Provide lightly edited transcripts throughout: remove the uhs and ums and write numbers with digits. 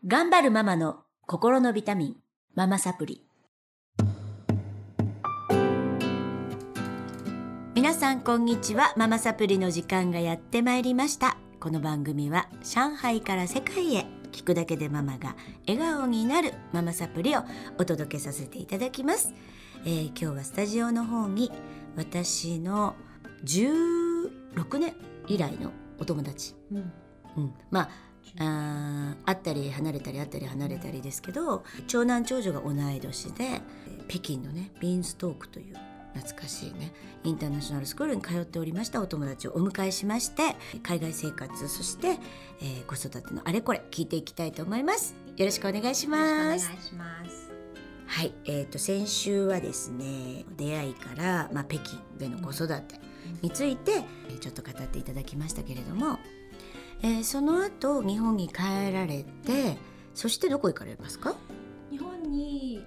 頑張るママの心のビタミン、ママサプリ。皆さんこんにちは。ママサプリの時間がやってまいりました。この番組は上海から世界へ、聞くだけでママが笑顔になるママサプリをお届けさせていただきます。今日はスタジオの方に私の16年以来のお友達、会ったり離れたり会ったり離れたりですけど、長男長女が同い年で、北京のねビーンストークという懐かしいねインターナショナルスクールに通っておりましたお友達をお迎えしまして、海外生活、そして、子育てのあれこれ聞いていきたいと思います。よろしくお願いします。はい、先週はですね、出会いから、北京での子育てについてちょっと語っていただきましたけれども、その後日本に帰られて、そしてどこ行かれますか？ 日本に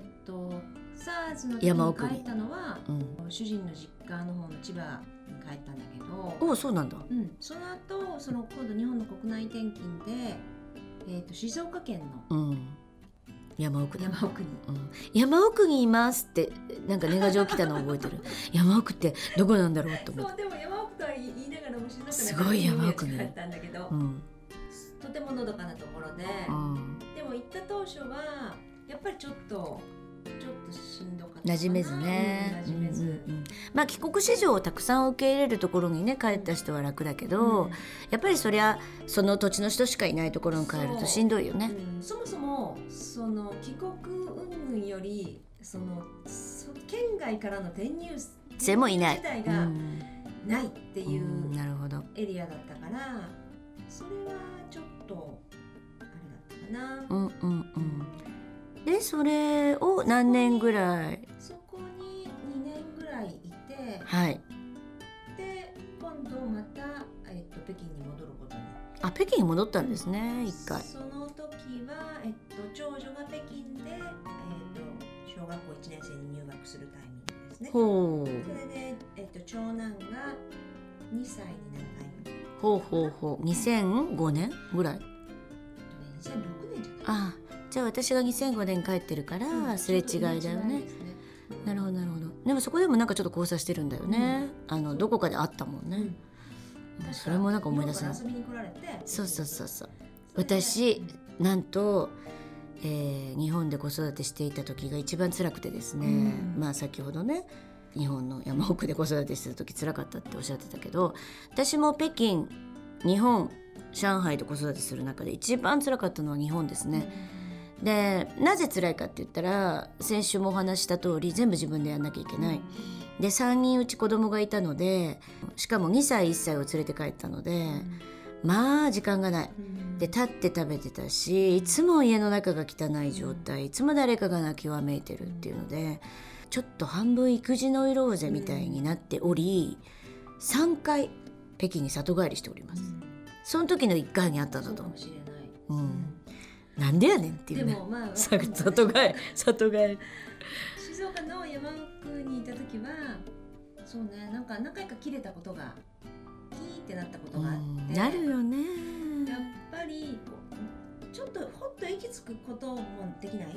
SARS の時に帰ったのは、主人の実家の方の千葉に帰ったんだけど、 そうなんだ。 その後今度日本の国内転勤で、静岡県の、 山奥に、山奥にいますってなんか年賀状来たの覚えてる。山奥ってどこなんだろうと思って。 そう、でも山奥とは言いながらも静岡すごい山奥に帰ったんだけど、とてものどかなところで、でも行った当初はやっぱりちょっとしんどかった。 馴染めずね。帰国子女をたくさん受け入れるところにね帰った人は楽だけど、やっぱりそりゃその土地の人しかいないところに帰るとしんどいよね。 そもそも帰国云々より県外からの転入生もいない自体がないっていうエリアだったから、それはちょっとあれだったかな。 でそれを何年ぐらい？ そこに2年ぐらいいて、で今度また、北京に戻ることに。 北京に戻ったんですね、一回。 その時は、長女が北京で、小学校1年生に入学するタイミングですね。それで、長男が2歳になるタイミング。 2005年ぐらい。 2006年じゃない？ じゃあ私が2005年帰ってるからすれ違いだよね。なるほどなるほど。でもそこでもなんかちょっと交差してるんだよね。どこかで会ったもんね。それもなんか思い出せない。そう私なんと、日本で子育てしていた時が一番辛くてですね、先ほどね日本の山奥で子育てしてた時辛かったっておっしゃってたけど、私も北京、日本、上海で子育てする中で一番辛かったのは日本ですね。でなぜ辛いかって言ったら、先週もお話した通り全部自分でやんなきゃいけない。で3人うち子供がいたので、しかも2歳1歳を連れて帰ったので、時間がない。で立って食べてたし、いつも家の中が汚い状態、いつも誰かが泣きわめいてるっていうので、ちょっと半分育児ノイローゼみたいになっており、3回北京に里帰りしております。その時の1回にあったんだと思う。 そうかもしれない。 なんでやねんっていうね。 でも里帰り静岡の山奥にいた時はそうね、なんか何回か切れたことがキーってなったことがあって、 なるよね。 やっぱりちょっとほっと息つくこともできない。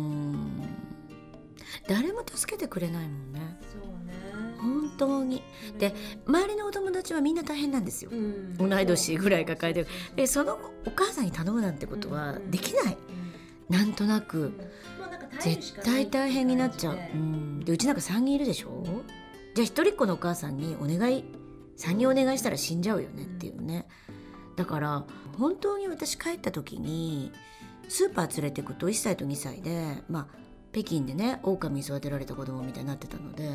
誰も助けてくれないもんね。 そうね、 本当に。で周りのお友達はみんな大変なんですよ。同い年ぐらい抱えてる。でそのお母さんに頼むなんてことはできない。なんとなく、絶対大変になっちゃう。でうちなんか3人いるでしょ。じゃあ一人っ子のお母さんに3人お願いしたら死んじゃうよねっていうね。だから本当に私帰った時にスーパー連れてくと1歳と2歳で、北京でね狼に育てられた子供みたいになってたので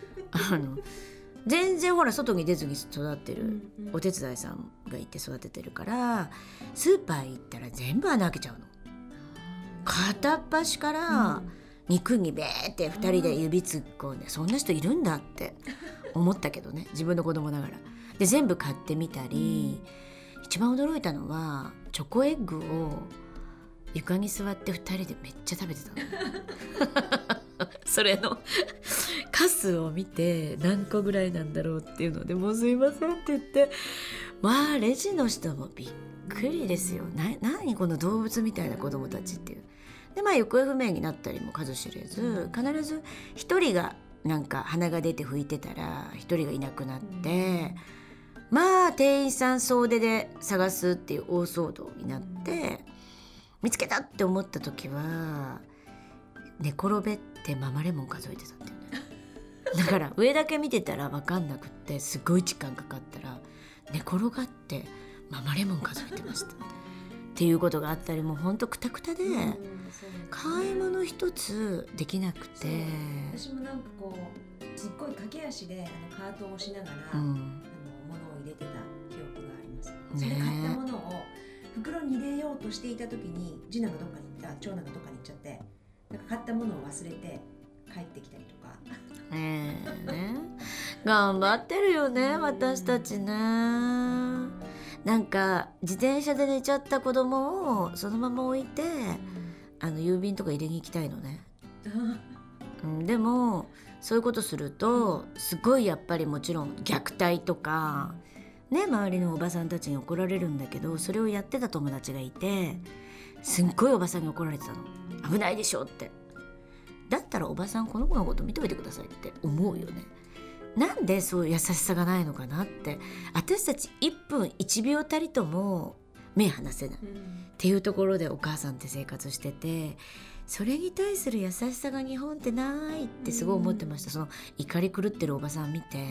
全然ほら外に出ずに育ってるお手伝いさんがいて育ててるから、スーパー行ったら全部穴開けちゃうの。片っ端から肉にベーって2人で指突っ込んで、そんな人いるんだって思ったけどね、自分の子供ながら。で全部買ってみたり、一番驚いたのはチョコエッグを床に座って2人でめっちゃ食べてたのそれのカスを見て何個ぐらいなんだろうっていうので、もうすいませんって言って、レジの人もびっくりですよ。何この動物みたいな子供たちっていう。で行方不明になったりも数知れず、必ず一人がなんか鼻が出て拭いてたら一人がいなくなって、店員さん総出で探すっていう大騒動になって、見つけたって思った時は寝転べってママレモン数えてたんだよね。だから上だけ見てたら分かんなくって、すごい時間かかったら寝転がってママレモン数えてましたっていうことがあったり、もうほんとクタクタで、買い物一つできなくて、 私もなんかこうすっごい駆け足でカートを押しながら、物を入れてた記憶があります。それで買ったものを袋に入れようとしていた時に次男がどっかに行った、長男がどっかに行っちゃって、なんか買ったものを忘れて帰ってきたりとか。 頑張ってるよね、私たちね。なんか自転車で寝ちゃった子供をそのまま置いて、郵便とか入れに行きたいのね。でもそういうことするとすごいやっぱりもちろん虐待とかね、周りのおばさんたちに怒られるんだけど、それをやってた友達がいて、すっごいおばさんに怒られてたの。危ないでしょって。だったらおばさんこの子のこと見ておいてくださいって思うよね。なんでそういう優しさがないのかなって。私たち1分1秒たりとも目離せない、っていうところでお母さんって生活してて、それに対する優しさが日本ってないってすごい思ってました。その怒り狂ってるおばさん見て、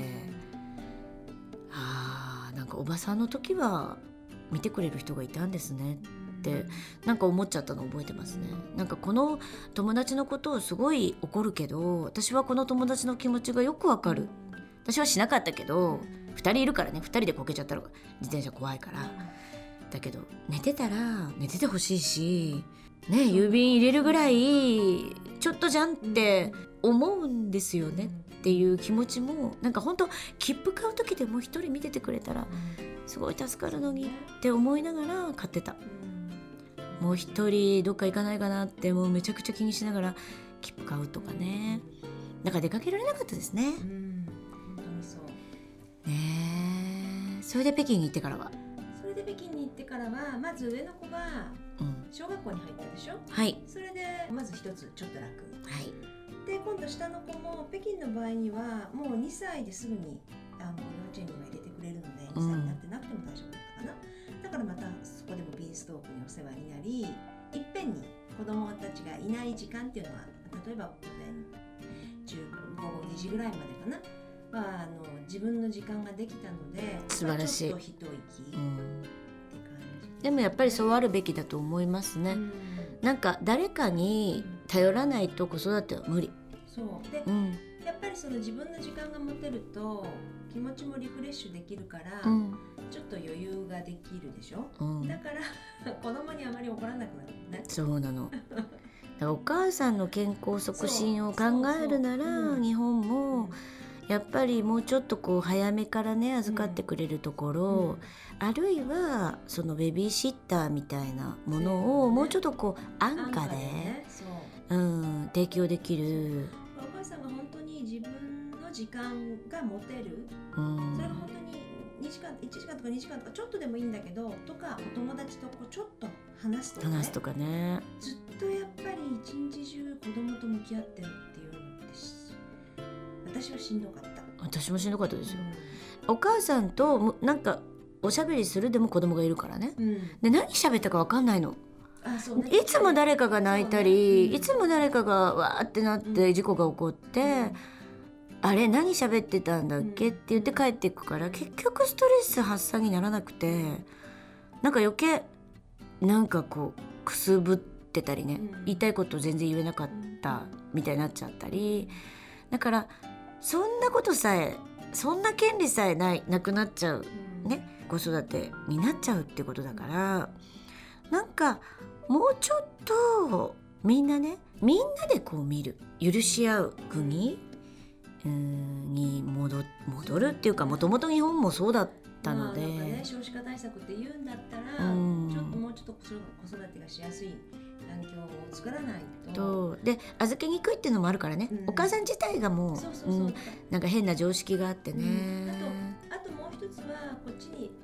なんかおばさんの時は見てくれる人がいたんですねってなんか思っちゃったのを覚えてますね。なんかこの友達のことをすごい怒るけど、私はこの友達の気持ちがよくわかる。私はしなかったけど、2人いるからね、2人でこけちゃったら自転車怖いから。だけど寝てたら寝ててほしいしね、郵便入れるぐらいちょっとじゃんって思うんですよねっていう気持ちも、なんか本当切符買う時でも一人見ててくれたらすごい助かるのにって思いながら買ってた。もう一人どっか行かないかなってもうめちゃくちゃ気にしながら切符買うとかね。だから出かけられなかったですね。 本当にそうね。それで北京に行ってからはまず上の子が小学校に入ったでしょ、 はい。 それでまず一つちょっと楽、 はい。 で今度下の子も北京の場合にはもう2歳ですぐに幼稚園には入れてくれるので、2歳になってなくても大丈夫だったかな、だからまたそこでもビーストークにお世話になり、いっぺんに子供たちがいない時間っていうのは例えば午後2時ぐらいまでかな、自分の時間ができたので素晴らしい、 ちょっと一息、って感じでもやっぱりそうあるべきだと思いますね、なんか誰かに頼らないと子育ては無理。 そうで、やっぱりその自分の時間が持てると気持ちもリフレッシュできるから、ちょっと余裕ができるでしょ、だから子供にあまり怒らなくなるね。 そうなの。だからお母さんの健康促進を考えるなら日本もやっぱりもうちょっとこう早めからね預かってくれるところ、あるいはそのベビーシッターみたいなものをもうちょっとこう安価で提供できる。 お母さんが本当に自分の時間が持てる、それが本当に1時間とか2時間とかちょっとでもいいんだけどとか、お友達とこうちょっと話すとかね、ずっとやっぱり一日中子供と向き合ってるっていうのって私はしんどかった。 私もしんどかったですよ、お母さんとなんかおしゃべりするでも子供がいるからね、で何喋ったか分かんないの。いつも誰かが泣いたり、いつも誰かがわーってなって事故が起こって、あれ何喋ってたんだっけって言って帰っていくから、結局ストレス発散にならなくて、なんか余計なんかこうくすぶってたりね、言いたいこと全然言えなかったみたいになっちゃったり、だからそんなことさえ、そんな権利さえなくなっちゃうね、子育てになっちゃうってことだから、なんかもうちょっとみんなでこう見る、許し合う国に戻るっていうか、もともと日本もそうだったので、 少子化対策って言うんだったら、もうちょっと子育てがしやすい環境を作らないと。 で預けにくいっていうのもあるからね、お母さん自体がもうなんか変な常識があってね、 あともう一つはこっちに北京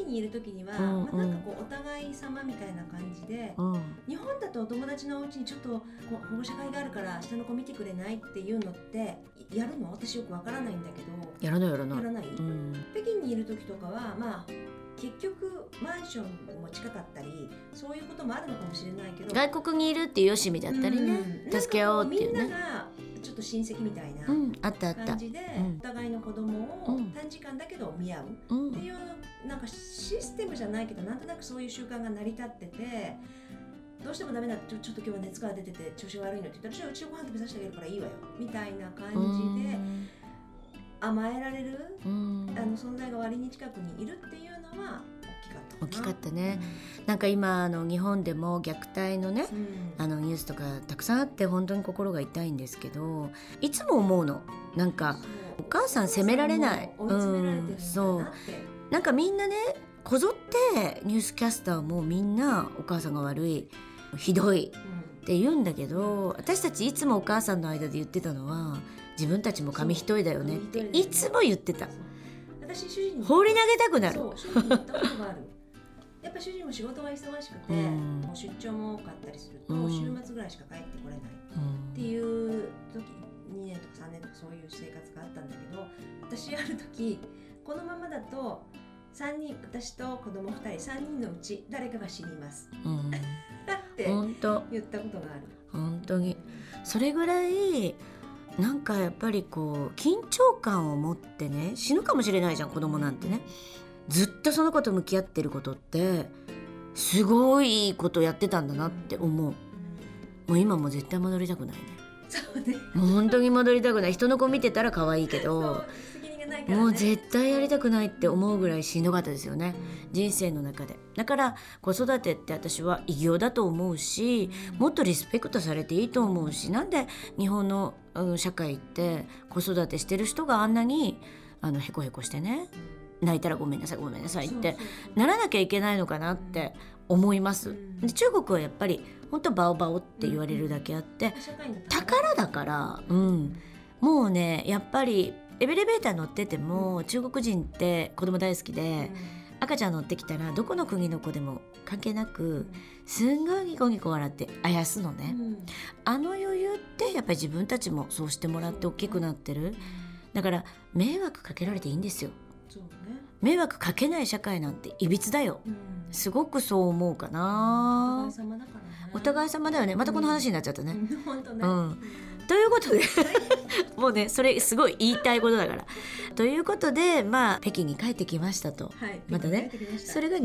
京にいる時には、 うんうんなんかこうお互い様みたいな感じで、日本だとお友達のお家にちょっと保護者会があるから下の子見てくれないっていうのってやるの？私よくわからないんだけど。 やらない。 北京にいる時とかはまあ結局マンションも近かったりそういうこともあるのかもしれないけど、 外国にいるっていうよしみだったりね、助け合おうっていうね、 みんながちょっと親戚みたいなあった感じで、お互いの子供を短時間だけど見合うっていうなんかシステムじゃないけどなんとなくそういう習慣が成り立ってて、どうしてもダメだちょっと今日は熱が出てて調子が悪いのって言ったら、うちのご飯食べさせてあげるからいいわよみたいな感じで甘えられる、存在が割に近くにいるっていうのは大きかったね、なんか今日本でも虐待のね、ニュースとかたくさんあって本当に心が痛いんですけど、いつも思うの、なんかお母さん責められない、そうなんかみんなねこぞってニュースキャスターもみんなお母さんが悪いひどいって言うんだけど、私たちいつもお母さんの間で言ってたのは自分たちも紙一重だよねっていつも言ってた。 私主人に放り投げたくなる。 そう主人に言ったことがあるやっぱ主人も仕事が忙しくて、もう出張も多かったりすると、週末ぐらいしか帰ってこれないっていう時、2年とか3年とかそういう生活があったんだけど、私ある時このままだと3人、私と子供2人3人のうち誰かが死にますって言ったことがある。 本当にそれぐらいなんかやっぱりこう緊張感を持ってね、死ぬかもしれないじゃん子供なんてね。ずっとその子と向き合ってることってすごいことやってたんだなって思う。もう今も絶対戻りたくないね。 そうね。 もう本当に戻りたくない。人の子見てたら可愛いけどもう絶対やりたくないって思うぐらいしんどかったですよね、人生の中で。だから子育てって私は偉業だと思うし、もっとリスペクトされていいと思うし、なんで日本の社会って子育てしてる人があんなにへこへこしてね、泣いたらごめんなさいってならなきゃいけないのかなって思います。で中国はやっぱり本当バオバオって言われるだけあって宝だから、もうねやっぱりエレベーター乗ってても中国人って子供大好きで、赤ちゃん乗ってきたらどこの国の子でも関係なくすんごいニコニコ笑ってあやすのね、あの余裕ってやっぱり自分たちもそうしてもらって大きくなってる。だから迷惑かけられていいんですよ。迷惑かけない社会なんていびつだよ、すごくそう思うかな。お互い様だよね。またこの話になっちゃったね、 本当ね。 ということでもうねそれすごい言いたいことだからということで、北京に帰ってきましたと、またねそれが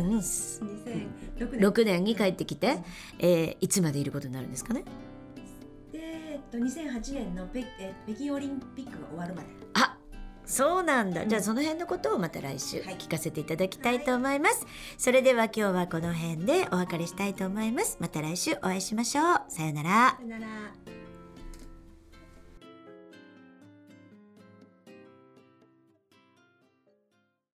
2006年に帰ってきて、いつまでいることになるんですかね。 で、2008年の北京オリンピックが終わるまで。 あ、そうなんだ、じゃあその辺のことをまた来週聞かせていただきたいと思います、それでは今日はこの辺でお別れしたいと思います。また来週お会いしましょう。さよなら。 さよなら。